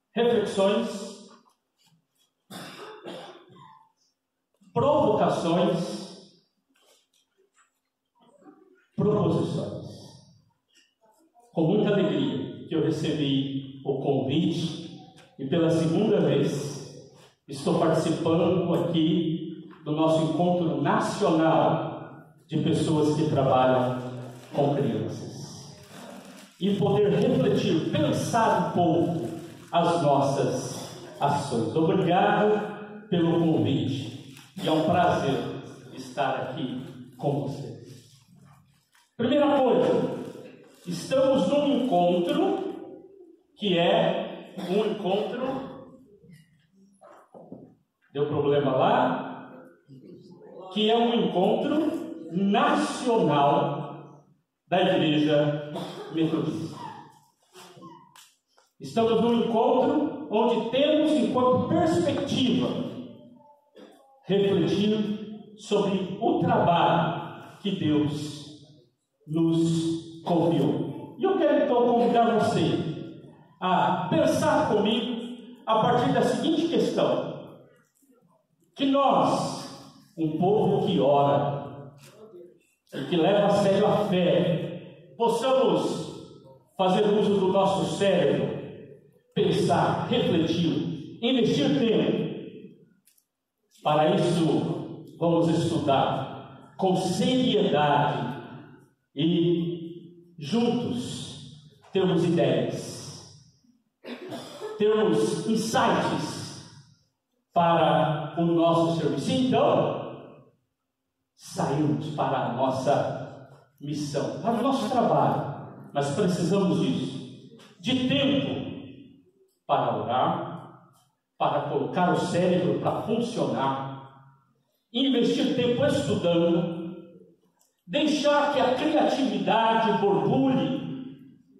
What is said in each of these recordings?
reflexões, provocações, proposições. Com muita alegria que eu recebi o convite e pela segunda vez estou participando aqui do nosso encontro nacional de pessoas que trabalham com crianças. E poder refletir, pensar um pouco as nossas ações. Obrigado pelo convite. E é um prazer estar aqui com vocês. Primeira coisa, estamos num encontro que é um encontro... Deu problema lá? Que é um encontro nacional da Igreja Metodista. Estamos num encontro onde temos, enquanto perspectiva, refletir sobre o trabalho que Deus nos confiou. E eu quero então convidar você a pensar comigo a partir da seguinte questão: que nós, um povo que ora e que leva a sério a fé, possamos fazer uso do nosso cérebro, pensar, refletir, investir tempo. Para isso, vamos estudar com seriedade e juntos termos ideias, termos insights para o nosso serviço. Então, saímos para a nossa missão, para o nosso trabalho. Mas precisamos disso, de tempo para orar, para colocar o cérebro para funcionar, investir tempo estudando, deixar que a criatividade borbulhe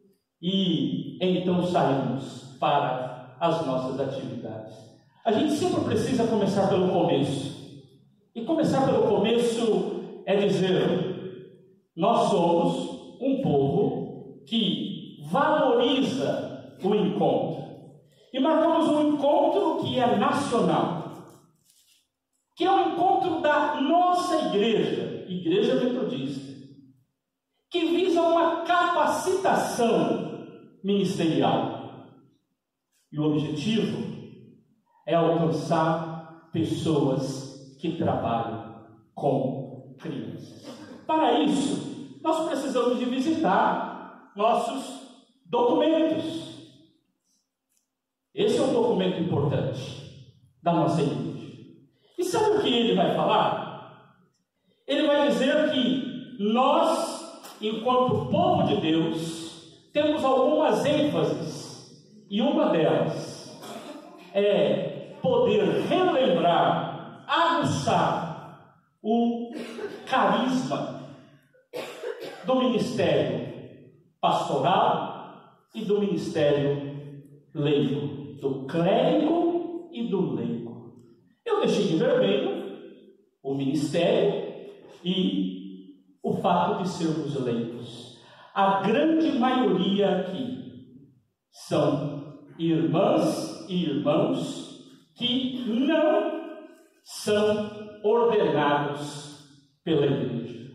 e então saímos para as nossas atividades. A gente sempre precisa começar pelo começo. E começar pelo começo é dizer: nós somos um povo que valoriza o encontro. E marcamos um encontro que é nacional, que é um encontro da nossa igreja, Igreja Metodista, que visa uma capacitação ministerial. E o objetivo é alcançar pessoas que trabalham com crianças. Para isso, nós precisamos de visitar nossos documentos. Esse é um documento importante da nossa igreja. E sabe o que ele vai falar? Ele vai dizer que nós, enquanto povo de Deus, temos algumas ênfases. E uma delas é poder relembrar, aguçar o carisma do ministério pastoral e do ministério leigo, do clérigo e do leigo. Eu deixei de vermelho o ministério e o fato de sermos leigos. A grande maioria aqui são irmãs e irmãos que não são ordenados pela igreja.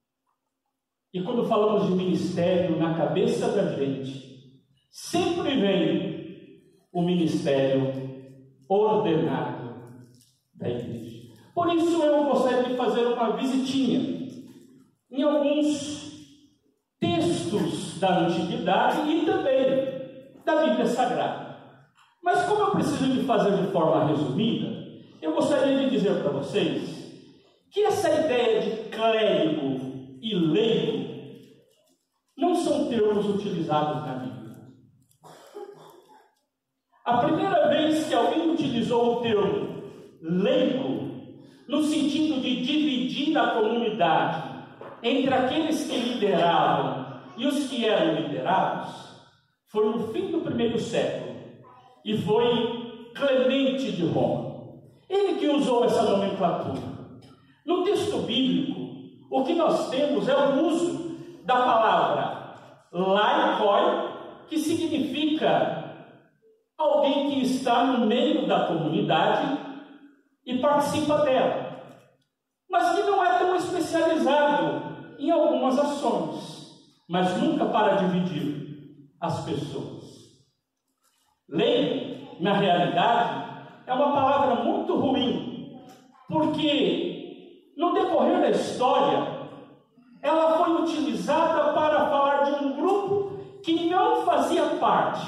E quando falamos de ministério, na cabeça da gente sempre vem o ministério ordenado da igreja. Por isso eu gostaria de fazer uma visitinha em alguns textos da antiguidade e também da Bíblia Sagrada. Mas como eu preciso de fazer de forma resumida, eu gostaria de dizer para vocês que essa ideia de clérigo e leigo não são termos utilizados na Bíblia. A primeira vez que alguém utilizou o termo leigo, no sentido de dividir a comunidade entre aqueles que lideravam e os que eram liderados, foi no fim do primeiro século, e foi Clemente de Roma. Ele que usou essa nomenclatura. No texto bíblico, o que nós temos é o uso da palavra laikoi, que significa alguém que está no meio da comunidade e participa dela, mas que não é tão especializado em algumas ações, mas nunca para dividir as pessoas. Lei, na realidade, é uma palavra muito ruim, porque no decorrer da história, ela foi utilizada para falar de um grupo que não fazia parte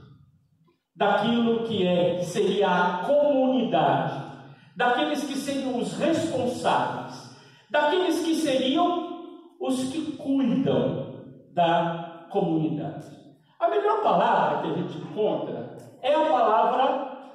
daquilo que seria a comunidade, daqueles que seriam os responsáveis, daqueles que seriam os que cuidam da comunidade. A melhor palavra que a gente encontra é a palavra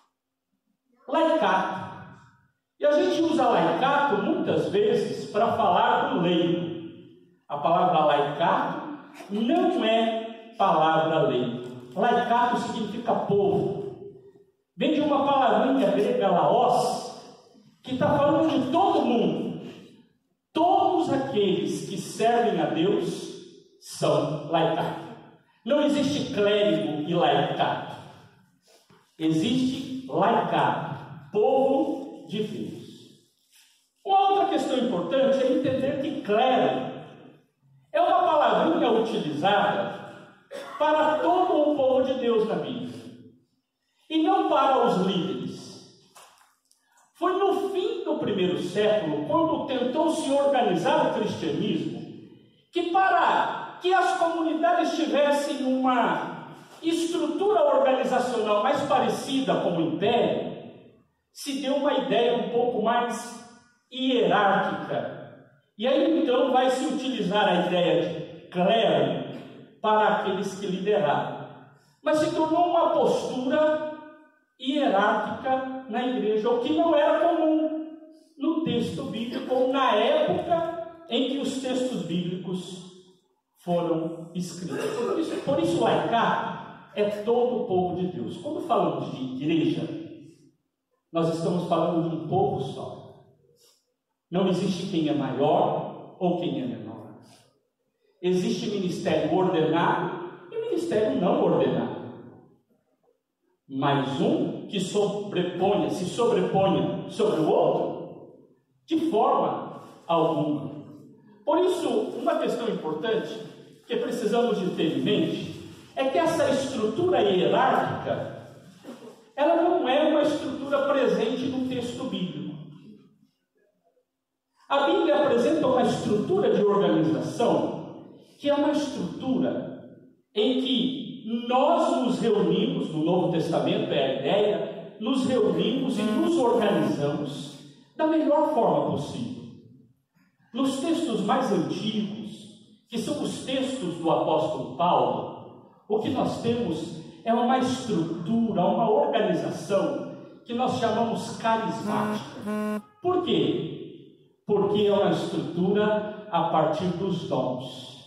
laicato. E a gente usa laicato muitas vezes para falar do leigo. A palavra laicato não é palavra leigo. Laicato significa povo. Vem de uma palavrinha grega laos, que está falando de todo mundo. Todos aqueles que servem a Deus são laicato. Não existe clérigo e laicato. Existe laicato, povo de Deus. Uma outra questão importante é entender que clero é uma palavrinha utilizada para todo o povo de Deus na Bíblia, e não para os líderes. Foi no fim do primeiro século, quando tentou se organizar o cristianismo, que para que as comunidades tivessem uma estrutura organizacional mais parecida com o império, se deu uma ideia um pouco mais hierárquica. E aí então vai se utilizar a ideia de clero para aqueles que lideraram. Mas se tornou uma postura hierárquica na igreja, o que não era comum no texto bíblico, ou na época em que os textos bíblicos foram escritos. Por isso laicato é todo o povo de Deus. Quando falamos de igreja, nós estamos falando de um povo só. Não existe quem é maior ou quem é menor. Existe ministério ordenado e ministério não ordenado. Mas um que se sobreponha sobre o outro, de forma alguma. Por isso, uma questão importante que precisamos de ter em mente é que essa estrutura hierárquica, ela não é uma estrutura presente no texto bíblico. A Bíblia apresenta uma estrutura de organização que é uma estrutura em que nós nos reunimos, no Novo Testamento é a ideia, nos reunimos e nos organizamos da melhor forma possível. Nos textos mais antigos, que são os textos do apóstolo Paulo, o que nós temos é uma estrutura, uma organização que nós chamamos carismática. Por quê? Porque é uma estrutura a partir dos dons.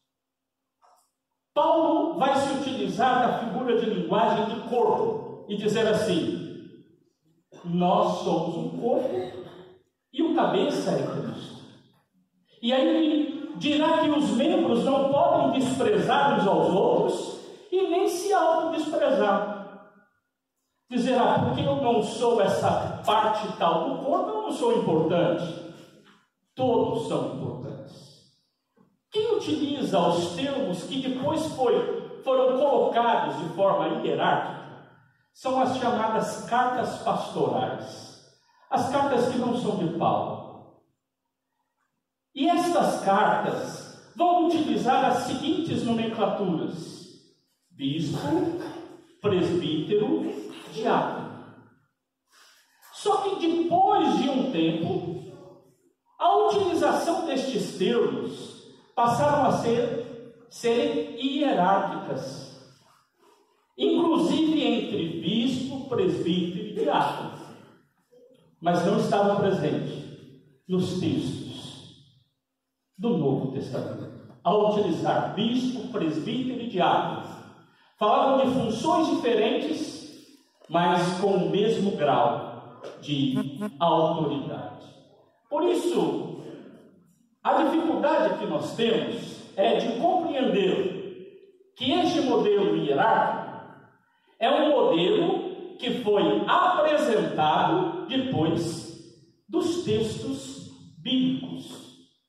Paulo vai se utilizar da figura de linguagem de corpo e dizer assim: nós somos um corpo e o cabeça é Cristo. E aí ele dirá que os membros não podem desprezar uns aos outros e nem se autodesprezar. Dizer, porque eu não sou essa parte tal do corpo, eu não sou importante. Todos são importantes. Quem utiliza os termos que depois foram colocados de forma hierárquica são as chamadas cartas pastorais. As cartas que não são de Paulo. E estas cartas vão utilizar as seguintes nomenclaturas: bispo, presbítero, diácono. Só que depois de um tempo, a utilização destes termos passaram a serem hierárquicas, inclusive entre bispo, presbítero e diácono, mas não estavam presentes nos textos do Novo Testamento. Ao utilizar bispo, presbítero e diácono, falavam de funções diferentes, mas com o mesmo grau de autoridade. Por isso, a dificuldade que nós temos é de compreender que este modelo hierárquico é um modelo que foi apresentado depois dos textos bíblicos.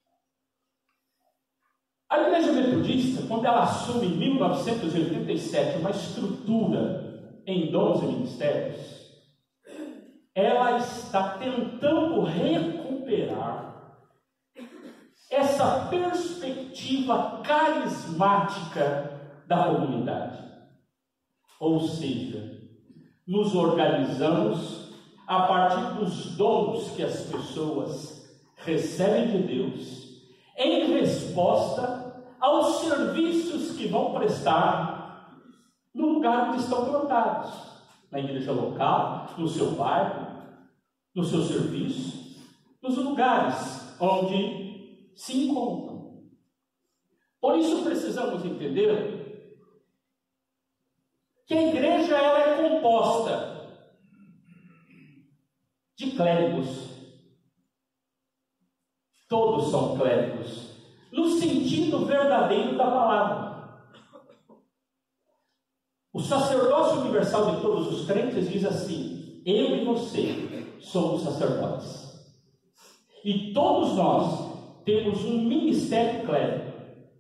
A Igreja Metodista, quando ela assume em 1987 uma estrutura em 12 ministérios, ela está tentando recuperar essa perspectiva carismática da comunidade. Ou seja, nos organizamos a partir dos dons que as pessoas recebem de Deus, em resposta aos serviços que vão prestar no lugar onde estão plantados, na igreja local, no seu bairro, no seu serviço, nos lugares onde se encontram. Por isso precisamos entender que a igreja ela é composta de clérigos. Todos são clérigos, no sentido verdadeiro da palavra. O sacerdócio universal de todos os crentes diz assim: eu e você somos sacerdotes. E todos nós temos um ministério clérigo.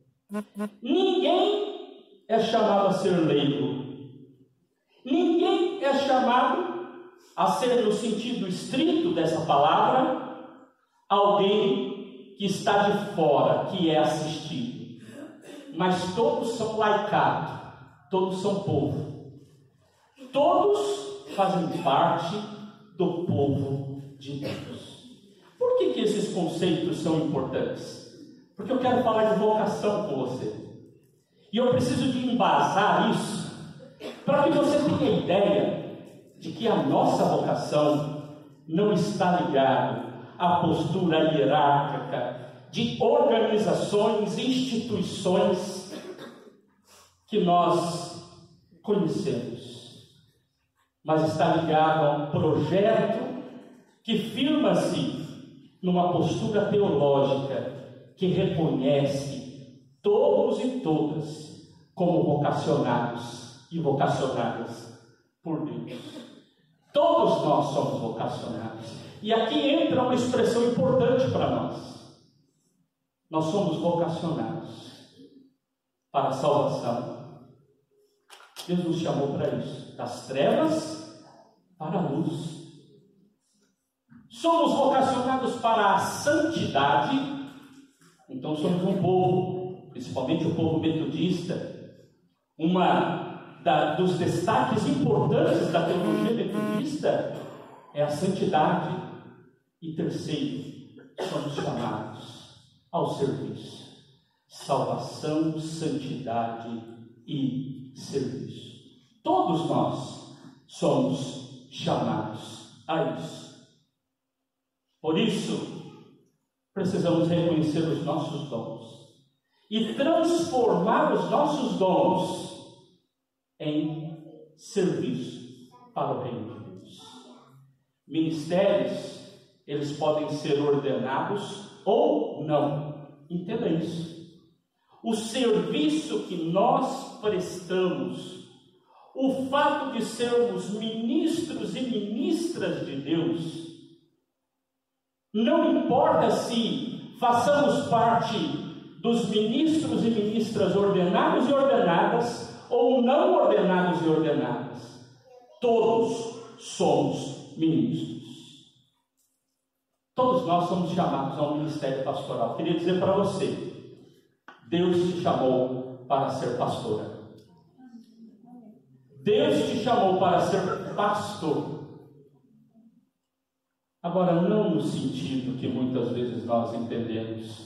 Ninguém é chamado a ser leigo. Ninguém é chamado a ser, no sentido estrito dessa palavra, alguém que está de fora, que é assistido. Mas todos são laicado, todos são povo. Todos fazem parte do povo de Deus. Por que esses conceitos são importantes? Porque eu quero falar de vocação com você. E eu preciso de embasar isso, para que você tenha ideia de que a nossa vocação não está ligada à postura hierárquica de organizações, instituições que nós conhecemos, mas está ligado a um projeto que firma-se numa postura teológica que reconhece todos e todas como vocacionados e vocacionadas por Deus. Todos nós somos vocacionados. E aqui entra uma expressão importante para nós. Nós somos vocacionados para a salvação. Deus nos chamou para isso, das trevas para a luz. Somos vocacionados para a santidade. Então somos um povo, principalmente o povo metodista, dos destaques importantes da teologia metodista é a santidade. E terceiro, somos chamados ao serviço. Salvação, santidade e serviço. Todos nós somos chamados a isso. Por isso, precisamos reconhecer os nossos dons e transformar os nossos dons em serviço para o reino de Deus. Ministérios, eles podem ser ordenados ou não. Entenda isso. O serviço que nós prestamos, o fato de sermos ministros e ministras de Deus, não importa se façamos parte dos ministros e ministras ordenados e ordenadas, ou não ordenados e ordenadas. Todos somos ministros. Todos nós somos chamados a um ministério pastoral. Queria dizer para você, Deus te chamou para ser pastora. Deus te chamou para ser pastor. Agora, não no sentido que muitas vezes nós entendemos,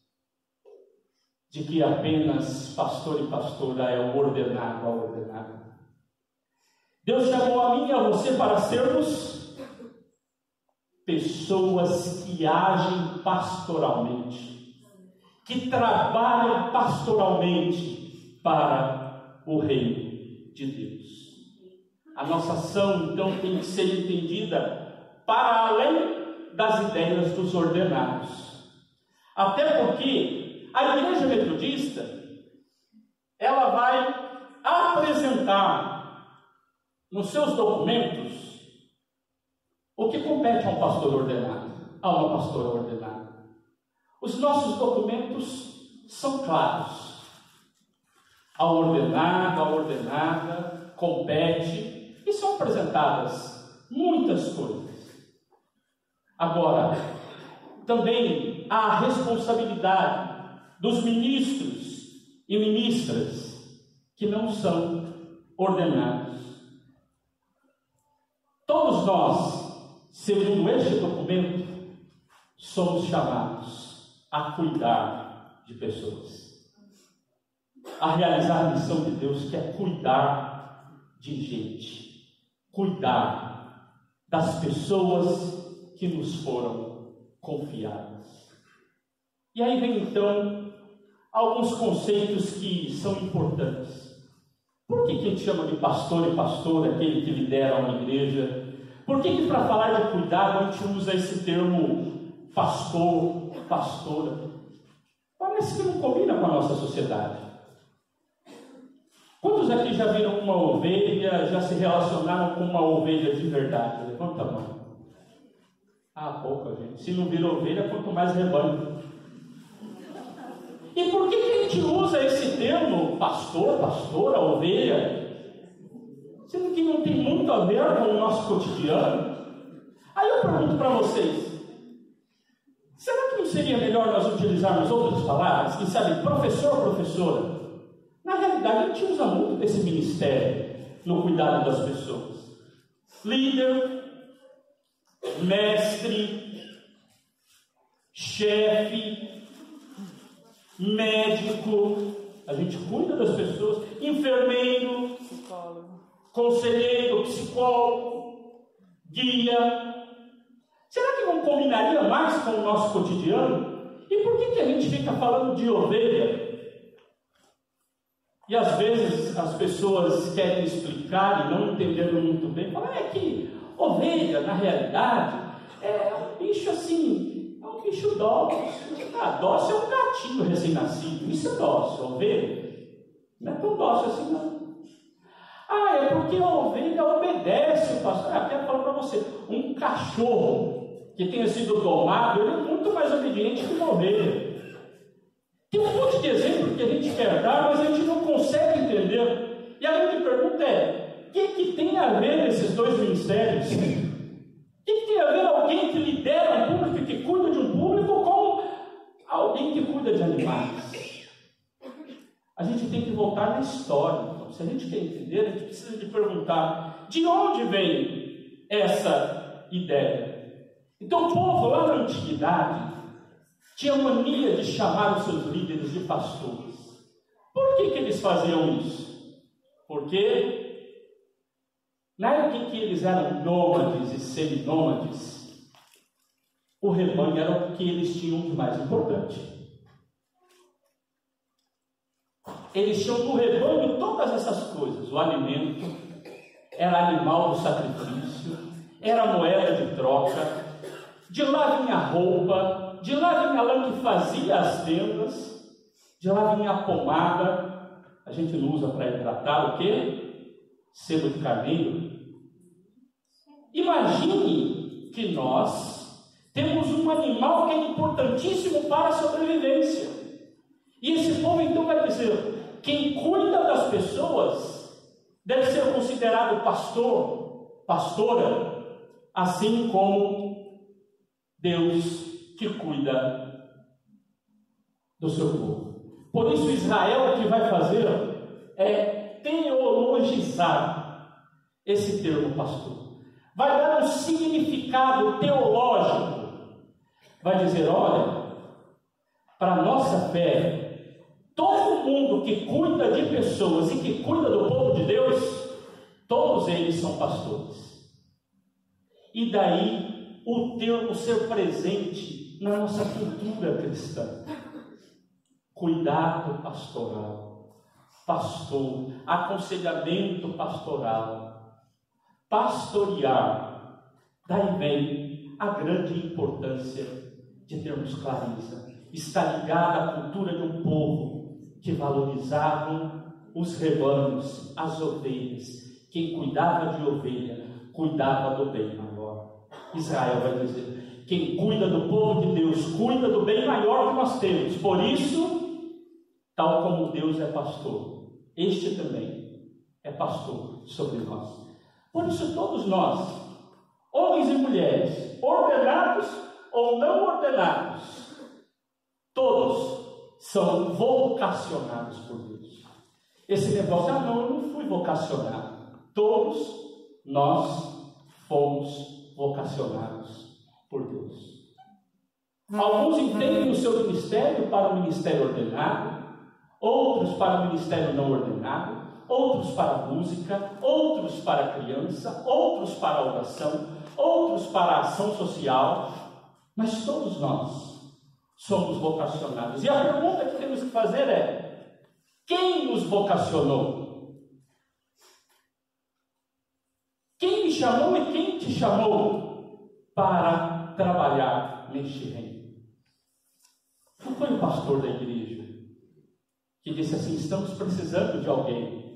de que apenas pastor e pastora é o ordenado ao ordenado. Deus chamou a mim e a você para sermos pessoas que agem pastoralmente, que trabalham pastoralmente para o reino de Deus. A nossa ação, então, tem que ser entendida para além das ideias dos ordenados. Até porque a Igreja Metodista, ela vai apresentar nos seus documentos o que compete a um pastor ordenado, a uma pastora ordenada. Os nossos documentos são claros. Ao ordenado, à ordenada, compete, e são apresentadas muitas coisas. Agora, também há a responsabilidade dos ministros e ministras que não são ordenados. Todos nós, segundo este documento, somos chamados a cuidar de pessoas, a realizar a missão de Deus, que é cuidar de gente, cuidar das pessoas que nos foram confiadas. E aí vem então alguns conceitos que são importantes. Por que a gente chama de pastor e pastora aquele que lidera uma igreja? Por que para falar de cuidado a gente usa esse termo pastor, pastora? Parece que não combina com a nossa sociedade. Quantos aqui já viram uma ovelha, já se relacionaram com uma ovelha de verdade? Levanta a mão. Ah, pouca gente. Se não vira ovelha, quanto mais rebanho. E por que a gente usa esse termo pastor, pastora, ovelha? Sendo que não tem muito a ver com o nosso cotidiano. Aí eu pergunto para vocês, será que não seria melhor nós utilizarmos outras palavras? Quem sabe, professor, professora? Na realidade, a gente usa muito desse ministério no cuidado das pessoas. Líder, mestre, chefe, médico, a gente cuida das pessoas, enfermeiro, psicólogo, conselheiro, psicólogo, guia. Será que não combinaria mais com o nosso cotidiano? E por que a gente fica falando de ovelha? E às vezes as pessoas querem explicar e não entendendo muito bem, falam, é que ovelha, na realidade, é um bicho assim, é um bicho dócil. Ah, dócil é um gatinho recém-nascido, isso é dócil. Ovelha não é tão dócil assim não. Ah, é porque a ovelha obedece o pastor. Ah, quero falar para você, um cachorro que tenha sido domado, ele é muito mais obediente que uma ovelha. Tem um monte de exemplo que a gente quer dar, mas a gente não consegue entender. E a grande pergunta é, o que tem a ver esses dois ministérios? O que tem a ver alguém que lidera um público, que cuida de um público, com alguém que cuida de animais? A gente tem que voltar na história. Então, se a gente quer entender, a gente precisa de perguntar, de onde vem essa ideia? Então o povo lá na antiguidade tinha mania de chamar os seus líderes de pastores. Por que eles faziam isso? Porque na época em que eles eram nômades e seminômades, o rebanho era o que eles tinham de mais importante. Eles tinham no rebanho todas essas coisas. O alimento, era animal do sacrifício, era moeda de troca, de lá vinha a roupa, de lá vinha a lã que fazia as tendas, de lá vinha a pomada. A gente não usa para hidratar o quê? Sebo de carneiro. Imagine que nós temos um animal que é importantíssimo para a sobrevivência. E esse povo então vai dizer, quem cuida das pessoas deve ser considerado pastor, pastora, assim como Deus que cuida do seu povo. Por isso Israel o que vai fazer é teologizar esse termo pastor. Vai dar um significado teológico. Vai dizer, olha, para a nossa fé, todo mundo que cuida de pessoas e que cuida do povo de Deus, todos eles são pastores. E daí o termo ser presente na nossa cultura cristã. Cuidado pastoral, pastor, aconselhamento pastoral, pastorear. Daí vem a grande importância de termos clareza. Está ligada à cultura de um povo que valorizavam os rebanhos, as ovelhas, Quem cuidava de ovelha, cuidava do bem maior. Israel vai dizer: quem cuida do povo de Deus, cuida do bem maior que nós temos. Por isso, tal como Deus é pastor, este também é pastor sobre nós. Por isso, todos nós, homens e mulheres, ordenados ou não ordenados, todos são vocacionados por Deus. Esse negócio, não, eu não fui vocacionado. Todos nós fomos vocacionados por Deus. Alguns entendem o seu ministério para o ministério ordenado, outros para o ministério não ordenado, outros para a música, outros para a criança, outros para a oração, outros para a ação social, mas todos nós somos vocacionados. E a pergunta que temos que fazer é: quem nos vocacionou? Quem me chamou e quem te chamou para trabalhar neste reino? Não foi o pastor da igreja que disse assim: estamos precisando de alguém.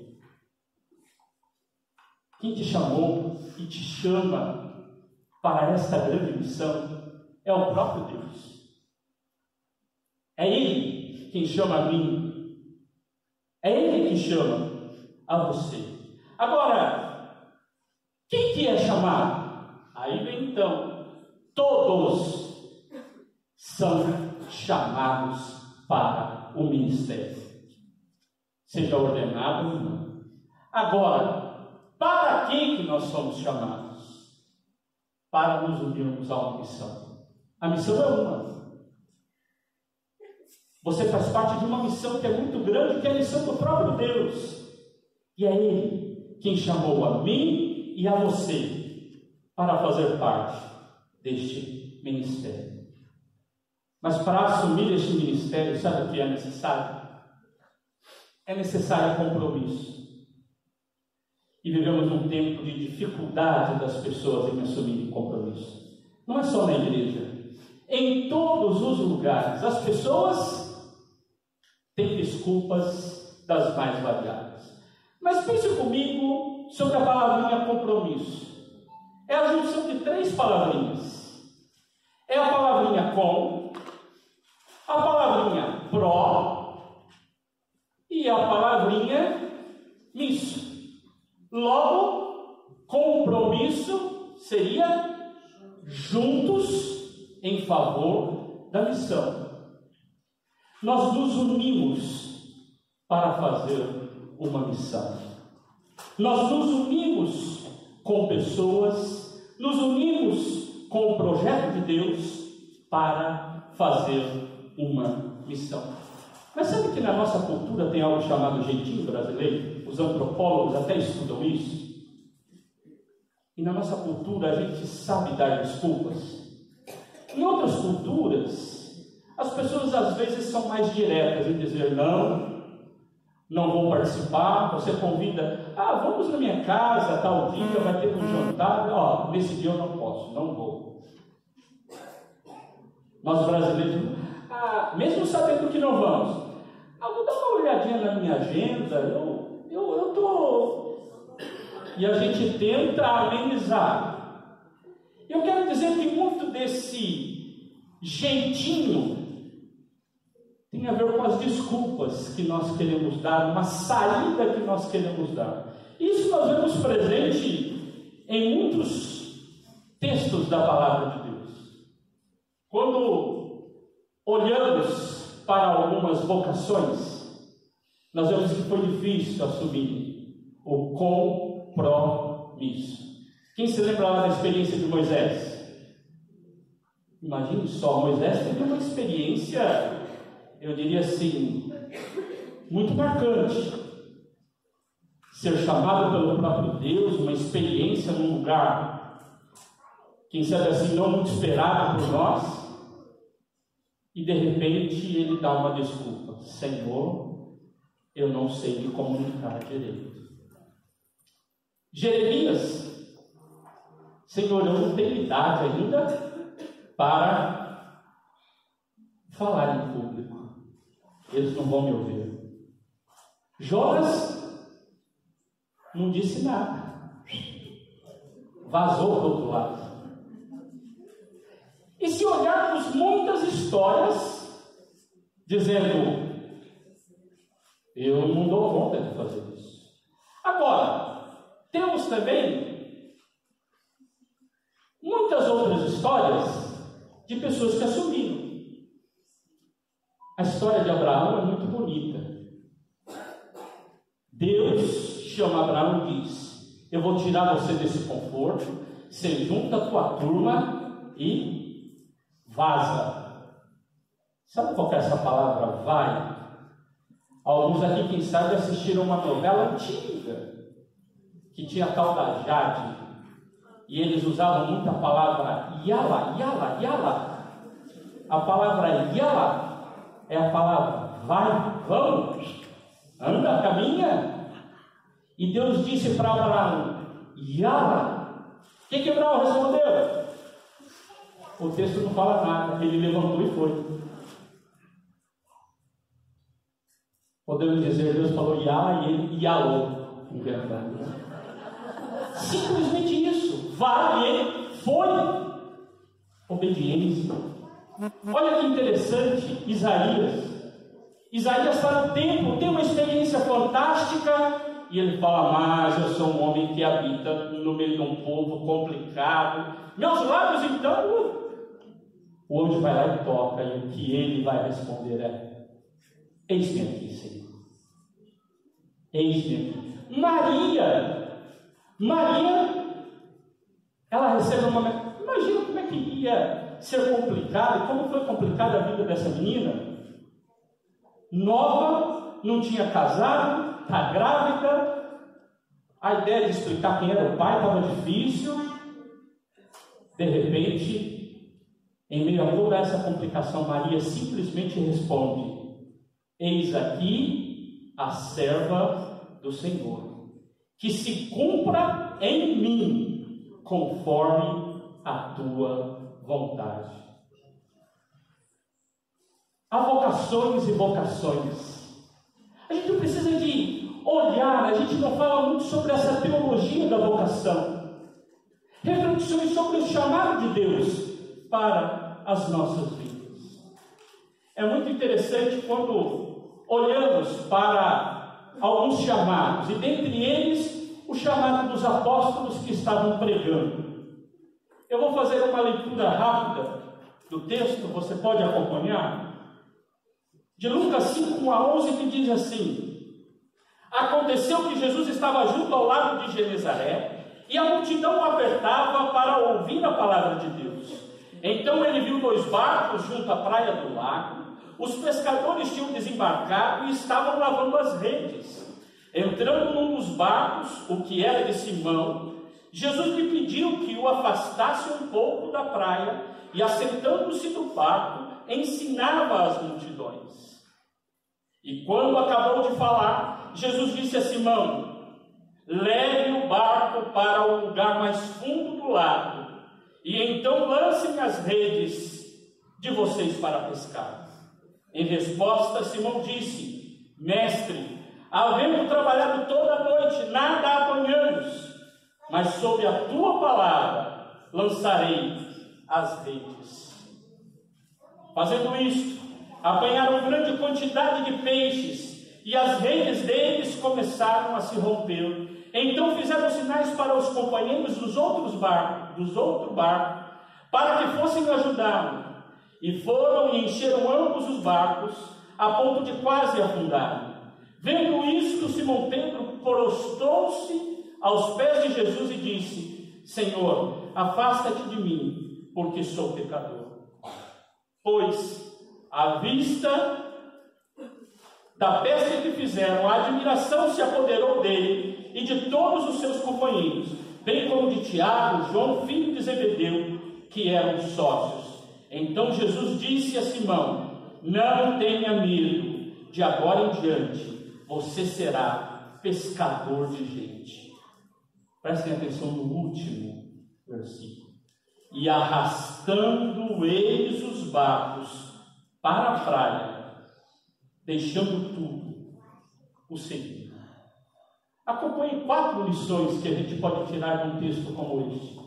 Quem te chamou e te chama para esta grande missão é o próprio Deus. É Ele quem chama a mim. É Ele quem chama a você. Agora, quem que é chamado? Aí vem então: todos são chamados para o ministério, seja ordenado ou não. Agora, para que nós somos chamados? Para nos unirmos a uma missão. A missão é uma. Você faz parte de uma missão que é muito grande, que é a missão do próprio Deus. E é Ele quem chamou a mim e a você para fazer parte deste ministério. Mas para assumir este ministério, sabe o que é necessário? É necessário compromisso. E vivemos um tempo de dificuldade das pessoas em assumirem compromisso. Não é só na igreja. Em todos os lugares, as pessoas têm desculpas das mais variadas. Mas pense comigo sobre a palavrinha compromisso. É a junção de 3 palavrinhas. É a palavrinha com, a palavrinha pró e a palavrinha misso. Logo, compromisso seria juntos em favor da missão. Nós nos unimos para fazer uma missão. Nós nos unimos com pessoas, nos unimos com o projeto de Deus para fazer uma missão. Mas sabe que na nossa cultura tem algo chamado jeitinho brasileiro? Os antropólogos até estudam isso. E na nossa cultura a gente sabe dar desculpas. Em outras culturas, as pessoas às vezes são mais diretas em dizer não vou participar. Você convida: vamos na minha casa, tal dia, vai ter um jantar. Nesse dia eu não posso, não vou. Nós brasileiros, mesmo sabendo que não vamos, vou dar uma olhadinha na minha agenda, eu estou... E a gente tenta amenizar. Eu quero dizer que muito desse jeitinho tem a ver com as desculpas que nós queremos dar, uma saída que nós queremos dar. Isso nós vemos presente em muitos textos da palavra de Deus. Quando olhamos para algumas vocações, nós vemos que foi difícil assumir o compromisso. Quem se lembra lá da experiência de Moisés? Imagine só, Moisés teve uma experiência, eu diria assim, muito marcante. Ser chamado pelo próprio Deus, uma experiência num lugar, quem sabe assim, não muito esperado por nós. E de repente ele dá uma desculpa: Senhor, eu não sei me comunicar direito. Jeremias: Senhor, eu não tenho idade ainda para falar em público, eles não vão me ouvir. Jonas não disse nada. vazou para o outro lado. E se olharmos muitas histórias dizendo, eu não dou conta de fazer isso. Agora, temos também muitas outras histórias de pessoas que assumiram. A história de Abraão é muito bonita. Deus chama Abraão e diz, eu vou tirar você desse conforto, você junta a tua turma e vaza. Sabe qual que é essa palavra, vai? Alguns aqui, quem sabe, assistiram uma novela antiga, que tinha a tal da Jade, e eles usavam muito a palavra yala, yala, yala. A palavra yala é a palavra vai, vamos, anda, caminha. E Deus disse para Abraão, yala. O que Abraão respondeu? O texto não fala nada, ele levantou e foi. Podemos dizer, Deus falou yala e ele yalou. Simplesmente isso. Vai, e ele foi. Obediência. Olha que interessante, Isaías está no templo, tem uma experiência fantástica, e ele fala, mas eu sou um homem que habita no meio de um povo complicado. Meus lábios, então, o anjo vai lá e toca, e o que ele vai responder é, eis-me aqui, Senhor. Eis-me aqui. Maria, ela recebe uma... Imagina como é que ia ser complicado, como foi complicada a vida dessa menina. Nova, não tinha casado, está grávida. A ideia de explicar quem era o pai estava difícil. De repente, em meio a toda essa complicação, Maria simplesmente responde, eis aqui a serva do Senhor, que se cumpra em mim, conforme a tua vontade. Há vocações e vocações. A gente não precisa de olhar, a gente não fala muito sobre essa teologia da vocação. Reflexões sobre o chamado de Deus para as nossas vidas. É muito interessante quando olhamos para alguns chamados, e dentre eles o chamado dos apóstolos que estavam pregando. Eu vou fazer uma leitura rápida do texto, você pode acompanhar, de Lucas 5, 1-11, que diz assim: aconteceu que Jesus estava junto ao lago de Genezaré, e a multidão o apertava para ouvir a palavra de Deus. Então ele viu 2 barcos junto à praia do lago. Os pescadores tinham desembarcado e estavam lavando as redes. Entrando num dos barcos, o que era de Simão, Jesus lhe pediu que o afastasse um pouco da praia, e assentando-se no barco, ensinava as multidões. E quando acabou de falar, Jesus disse a Simão: leve o barco para o lugar mais fundo do lago, e então lancem as redes de vocês para pescar. Em resposta, Simão disse: mestre, havendo trabalhado toda a noite, nada apanhamos, mas sob a tua palavra lançarei as redes. Fazendo isto, apanharam grande quantidade de peixes, e as redes deles começaram a se romper. Então fizeram sinais para os companheiros dos outro barco, para que fossem ajudá-lo. E foram e encheram ambos os barcos, a ponto de quase afundarem. Vendo isto, Simão Pedro prostou-se aos pés de Jesus e disse: Senhor, afasta-te de mim, porque sou pecador. Pois, à vista da pesca que fizeram, a admiração se apoderou dele e de todos os seus companheiros, bem como de Tiago, João, filho de Zebedeu, que eram sócios. Então Jesus disse a Simão: não tenha medo, de agora em diante você será pescador de gente. Prestem atenção no último versículo. E arrastando eles os barcos para a praia, deixando tudo, o seguiram. Acompanhe 4 lições que a gente pode tirar de um texto como este.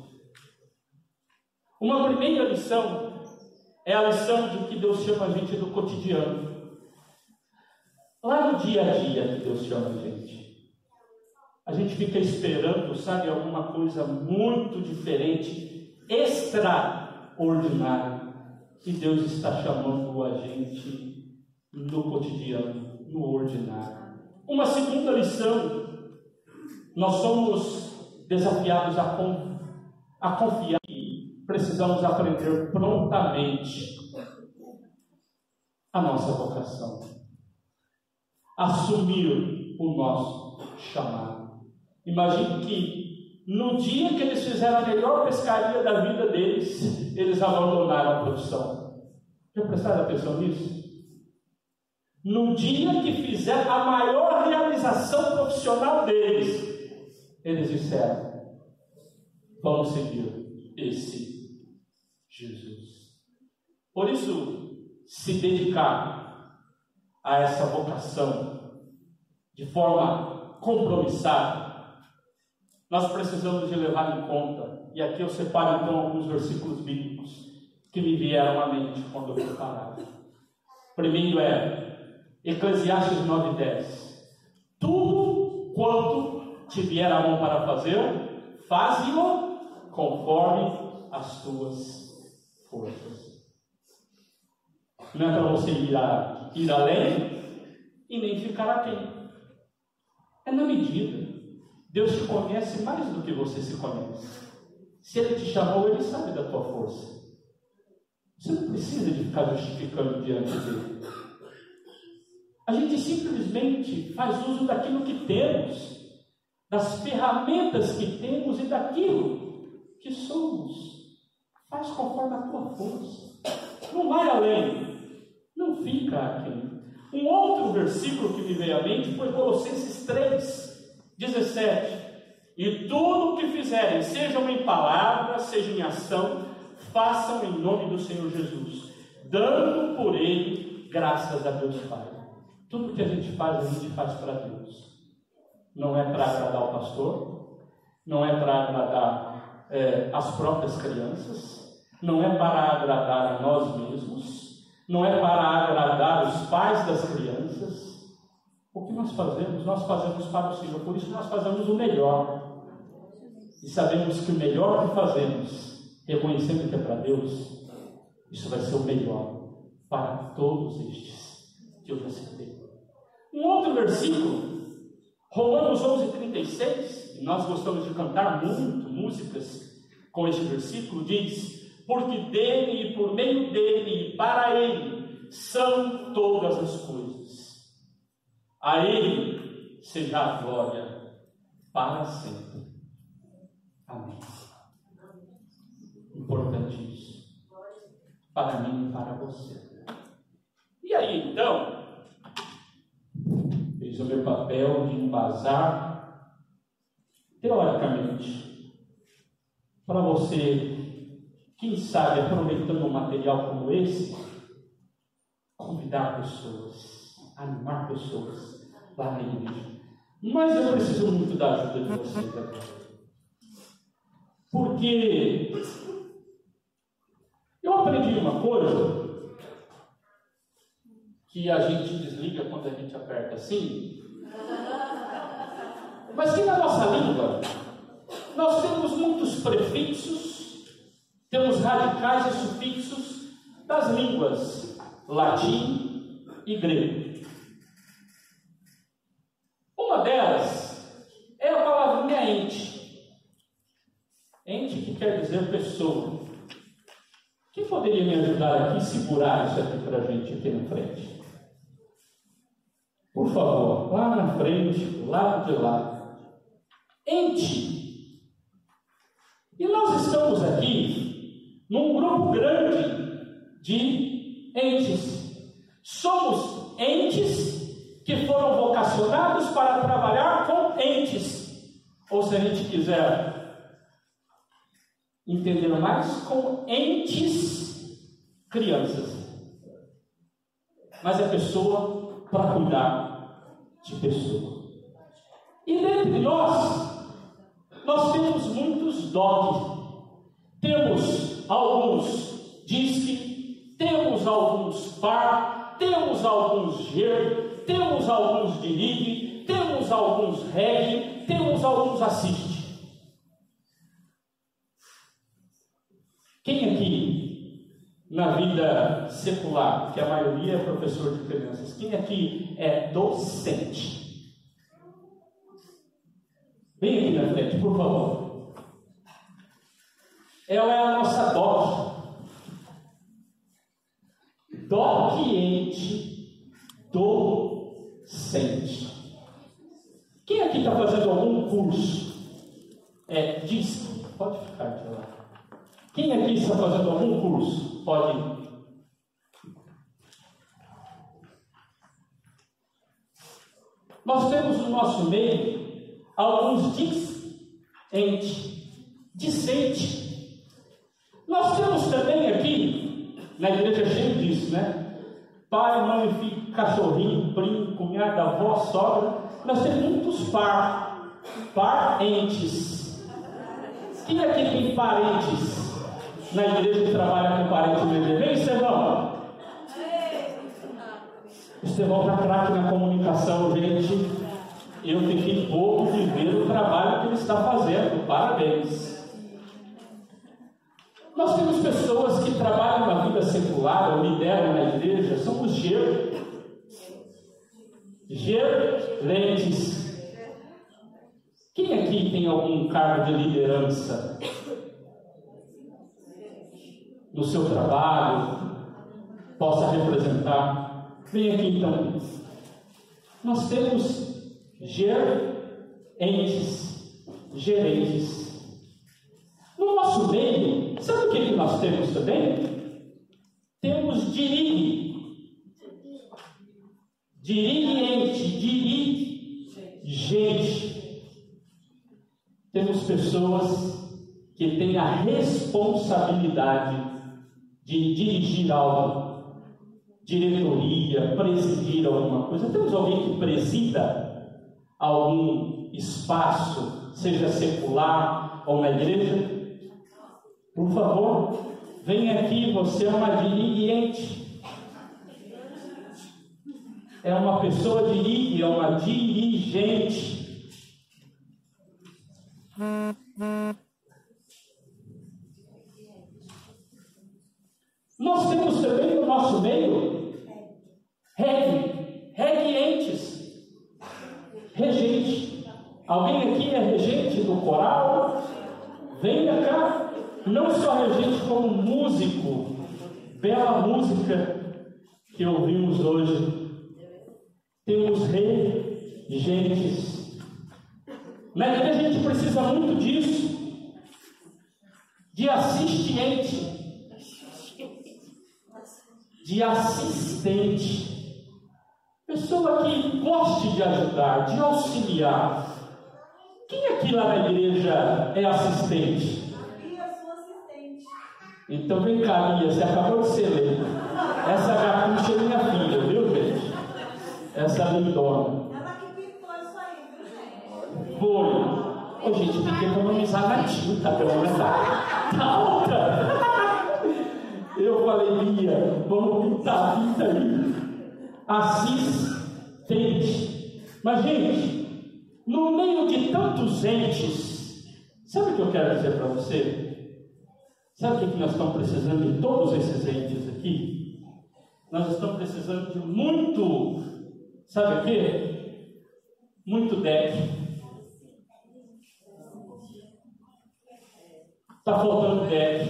Uma primeira lição é a lição de que Deus chama a gente do cotidiano. Lá no dia a dia que Deus chama a gente. A gente fica esperando, sabe, alguma coisa muito diferente, extraordinária. E Deus está chamando a gente no cotidiano, no ordinário. Uma segunda lição, nós somos desafiados a confiar e precisamos aprender prontamente a nossa vocação. Assumir o nosso chamado. Imagine que no dia que eles fizeram a melhor pescaria da vida deles, eles abandonaram a profissão. Já prestaram atenção nisso? No dia que fizeram a maior realização profissional deles, eles disseram: vamos seguir esse Jesus. Por isso, se dedicar a essa vocação de forma compromissada, nós precisamos de levar em conta, e aqui eu separo então alguns versículos bíblicos que me vieram à mente quando eu preparava. Primeiro é Eclesiastes 9:10. Tudo quanto te vier a mão para fazer, faze-o conforme as tuas forças. Não é para você ir além e nem ficar aquém. É na medida. Deus te conhece mais do que você se conhece. Se Ele te chamou, Ele sabe da tua força. Você não precisa de ficar justificando diante dele. A gente simplesmente faz uso daquilo que temos, das ferramentas que temos e daquilo que somos. Faz conforme a tua força. Não vai além. Não fica aqui. Um outro versículo que me veio à mente foi Colossenses 3:17. E tudo o que fizerem, sejam em palavra, seja em ação, façam em nome do Senhor Jesus, dando por Ele graças a Deus Pai. Tudo que a gente faz para Deus. Não é para agradar o pastor, não é para agradar as próprias crianças, não é para agradar a nós mesmos, não é para agradar os pais das crianças. O que nós fazemos? Nós fazemos para o Senhor, por isso nós fazemos o melhor. E sabemos que o melhor que fazemos, reconhecendo que é para Deus, isso vai ser o melhor para todos estes que eu já citei. Um outro versículo, Romanos 11:36, e nós gostamos de cantar muito músicas com este versículo, diz: porque dele e por meio dele e para ele são todas as coisas. A ele seja a glória para sempre. Amém. Importante isso. Para mim e para você. E aí então, fiz o meu papel de embasar, teoricamente, para você, quem sabe, aproveitando um material como esse, convidar pessoas, animar pessoas lá na igreja. Mas eu preciso muito da ajuda de vocês agora. Porque eu aprendi uma coisa que a gente desliga quando a gente aperta assim, mas que na nossa língua nós temos muitos prefixos, temos radicais e sufixos das línguas latim e grego. Uma delas é a palavrinha ente. Ente que quer dizer pessoa. Quem poderia me ajudar aqui a segurar isso aqui para a gente aqui na frente? Por favor, lá na frente, do lado de lá. Ente. E nós estamos aqui num grupo grande de entes. Somos entes que foram vocacionados para trabalhar com entes. Ou se a gente quiser entender mais, com entes, crianças. Mas é pessoa para cuidar de pessoa. E dentre nós temos muitos DOC. Temos alguns DISC, temos alguns PAR, temos alguns GER, temos alguns DIRIG, temos alguns REG, temos alguns ASSIST. Quem aqui, na vida secular, que a maioria é professor de crianças, quem aqui é docente? Vem aqui na frente, por favor. Ela é a nossa DOC-ente docente. Quem aqui está fazendo algum curso? DISC? Pode ficar de lá. Quem aqui está fazendo algum curso? Pode ir. Nós temos no nosso meio alguns discente. Nós temos também aqui, na igreja cheio disso, né? Pai, mãe, filho, cachorrinho, primo, cunhada, avó, sogra. Nós temos muitos parentes. Quem aqui tem parentes na igreja que trabalha com parente no ED? Vem, Estevão. Estevão está craque na comunicação, gente. Eu fiquei bobo de ver o trabalho que ele está fazendo. Parabéns. Nós temos pessoas que trabalham na vida secular ou lideram na igreja, são os gerentes. Quem aqui tem algum cargo de liderança no seu trabalho, possa representar? Vem aqui então. Nós temos gerentes. No nosso meio, sabe o que nós temos também? Temos dirigente. Temos pessoas que têm a responsabilidade de dirigir algo, diretoria, presidir alguma coisa. Temos alguém que presida algum espaço, seja secular ou na igreja? Por favor, venha aqui, você é uma dirigente. É uma pessoa é uma dirigente. Nós temos também no nosso meio regente. Alguém aqui é regente do coral? Venha cá. Não só regente, como músico. Bela música que ouvimos hoje. Temos regentes. Na igreja a gente precisa muito disso. De assistente. Pessoa que goste de ajudar, de auxiliar. Quem aqui lá na igreja é assistente? Então vem cá, Lia, você acabou de ser eleita. Essa gaúcha é minha filha, viu, gente? Essa lindona. Ela que pintou isso aí, viu, gente? Foi. Ô, gente, tem que economizar na tinta, pelo menos. Tá alta. Eu falei, Lia, vamos pintar a tinta aí. Assistente. Mas, gente, no meio de tantos entes, sabe o que eu quero dizer para você? Sabe o que nós estamos precisando de todos esses entes aqui? Nós estamos precisando de muito, sabe o quê? Muito deck. Está faltando deck.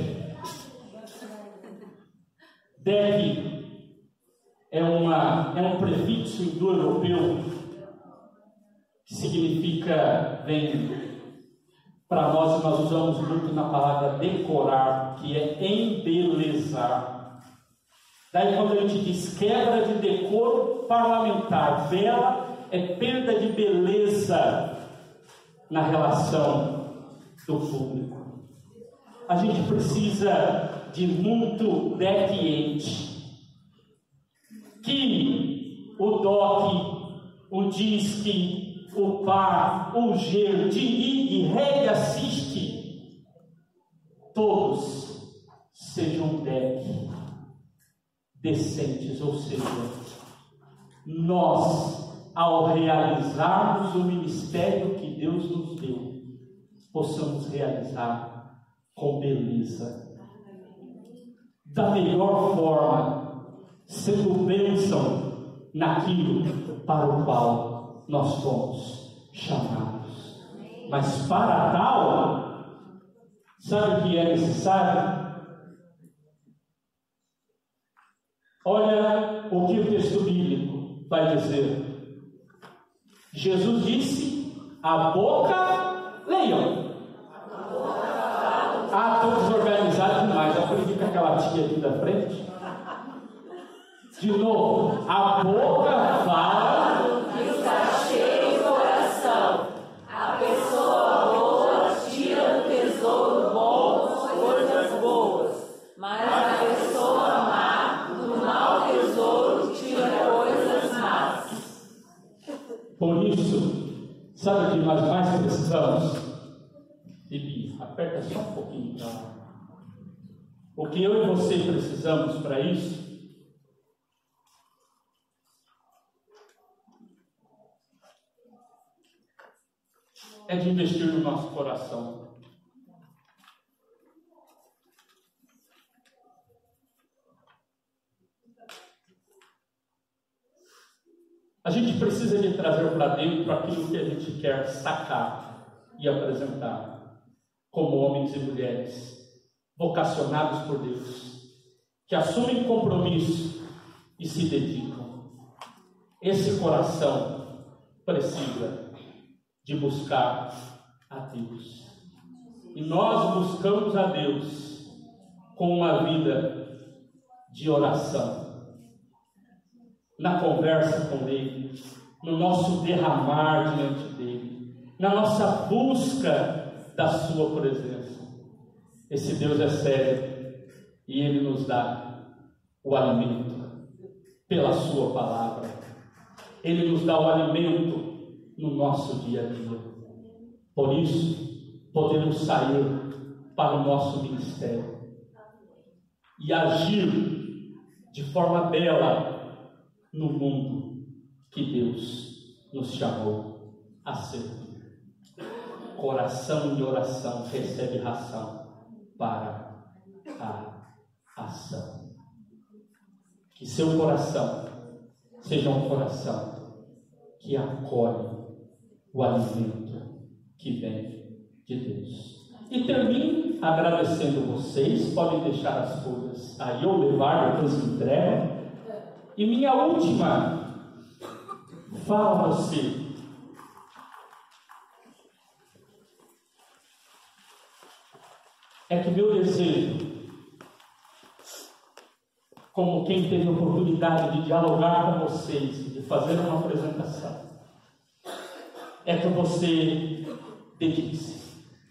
Deck é um prefixo indo-europeu que significa, para nós usamos muito na palavra decorar, que é embelezar. Daí quando a gente diz quebra de decoro parlamentar, vela é perda de beleza na relação do público. A gente precisa de muito deck-ente. Que o DOC, o DISC, o par, o gelo, dirige, rega, assiste, todos sejam decentes, ou seja, nós, ao realizarmos o ministério que Deus nos deu, possamos realizar com beleza, da melhor forma, sendo bênção naquilo para o qual nós fomos chamados. Mas para tal, sabe o que é necessário? Olha o que o texto bíblico vai dizer. Jesus disse: a boca leão. Ah, todos organizados demais. Eu aprendi com aquela tia aqui da frente. De novo, a boca fala que está cheio o coração. A pessoa boa tira do tesouro bom coisas boas, mas a pessoa má do mau tesouro tira coisas más. Por isso, sabe o que nós mais precisamos? Bibi, aperta só um pouquinho para lá. O que eu e você precisamos para isso é de investir no nosso coração. A gente precisa de trazer para dentro aquilo que a gente quer sacar e apresentar como homens e mulheres vocacionados por Deus, que assumem compromisso e se dedicam. Esse coração precisa de buscar a Deus. E nós buscamos a Deus com uma vida de oração, na conversa com Ele, no nosso derramar diante dEle, na nossa busca da Sua presença. Esse Deus é sério e Ele nos dá o alimento pela Sua palavra. Ele nos dá o alimento no nosso dia a dia. Por isso, podemos sair para o nosso ministério e agir de forma bela no mundo que Deus nos chamou a servir. Coração e oração recebe ração para a ação. Que seu coração seja um coração que acolhe o alimento que vem de Deus. E termino agradecendo vocês. Podem deixar as folhas aí ou levar, depois me entregam. E minha última fala a você: é que meu desejo, como quem teve a oportunidade de dialogar com vocês, de fazer uma apresentação, é que você dedique-se.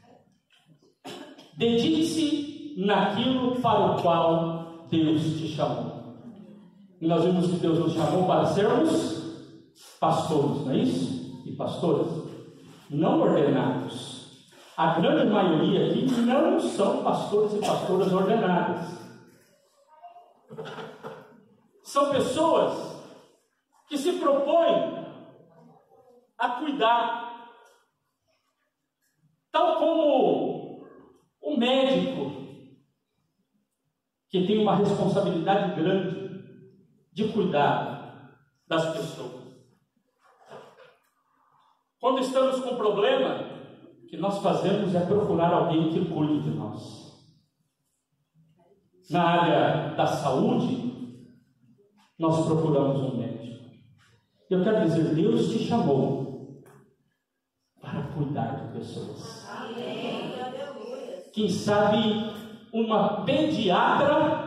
Dedique-se naquilo para o qual Deus te chamou. E nós vimos que Deus nos chamou para sermos pastores, não é isso? E pastores não ordenados. A grande maioria aqui não são pastores e pastoras ordenadas. São pessoas que se propõem a cuidar, tal como o médico, que tem uma responsabilidade grande de cuidar das pessoas. Quando estamos com problema, o que nós fazemos é procurar alguém que cuide de nós. Na área da saúde, nós procuramos um médico. Eu quero dizer, Deus te chamou para cuidar de pessoas. Quem sabe uma pediatra,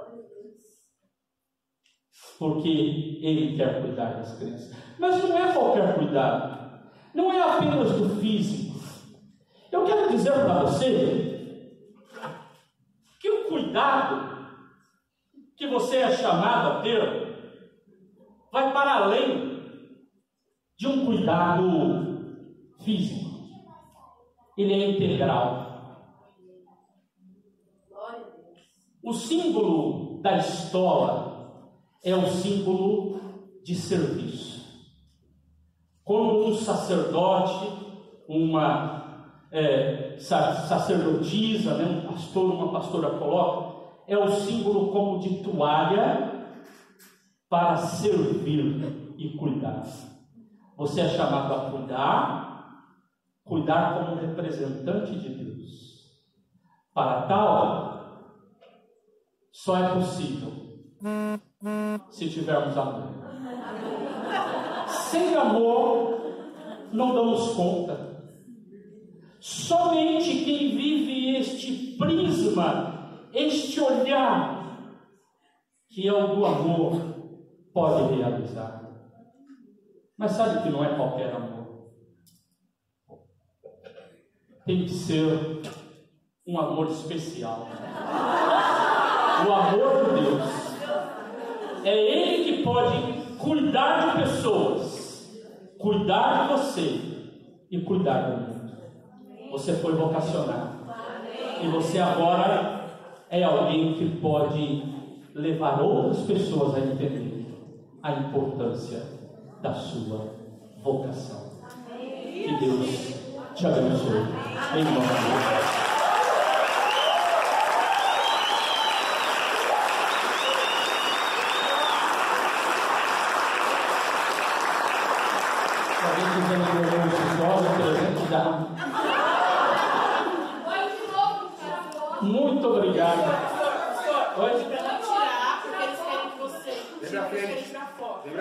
porque Ele quer cuidar das crianças. Mas não é qualquer cuidado, não é apenas do físico. Eu quero dizer para você que o cuidado que você é chamado a ter vai para além de um cuidado físico. Ele é integral. O símbolo da estola é o símbolo de serviço. Quando um sacerdote, uma sacerdotisa, né, um pastor, uma pastora coloca, é o símbolo como de toalha para servir e cuidar. Você é chamado a cuidar como representante de Deus. Para tal, só é possível se tivermos amor. Sem amor, não damos conta. Somente quem vive este prisma, este olhar, que é o do amor, pode realizar. Mas sabe que não é qualquer amor. Tem que ser um amor especial. O amor de Deus. É Ele que pode cuidar de pessoas, cuidar de você e cuidar do mundo. Você foi vocacionado. E você agora é alguém que pode levar outras pessoas a entender a importância da sua vocação. Que Deus te abençoe. Em nome de Deus. Muito obrigado. Pode tirar, porque eles querem que você.